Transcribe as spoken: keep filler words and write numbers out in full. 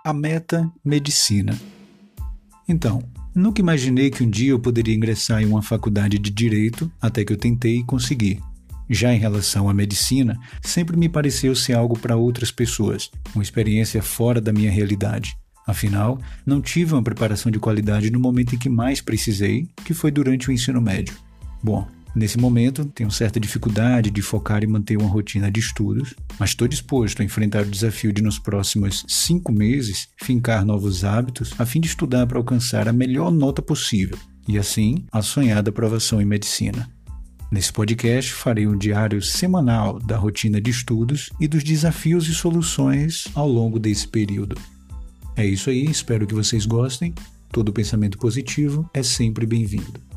A meta, medicina. Então, nunca imaginei que um dia eu poderia ingressar em uma faculdade de Direito, até que eu tentei e consegui. Já em relação à medicina, sempre me pareceu ser algo para outras pessoas, uma experiência fora da minha realidade. Afinal, não tive uma preparação de qualidade no momento em que mais precisei, que foi durante o ensino médio. Bom, nesse momento, tenho certa dificuldade de focar e manter uma rotina de estudos, mas estou disposto a enfrentar o desafio de, nos próximos cinco meses, fincar novos hábitos a fim de estudar para alcançar a melhor nota possível e, assim, a sonhada aprovação em medicina. Nesse podcast, farei um diário semanal da rotina de estudos e dos desafios e soluções ao longo desse período. É isso aí, espero que vocês gostem. Todo pensamento positivo é sempre bem-vindo.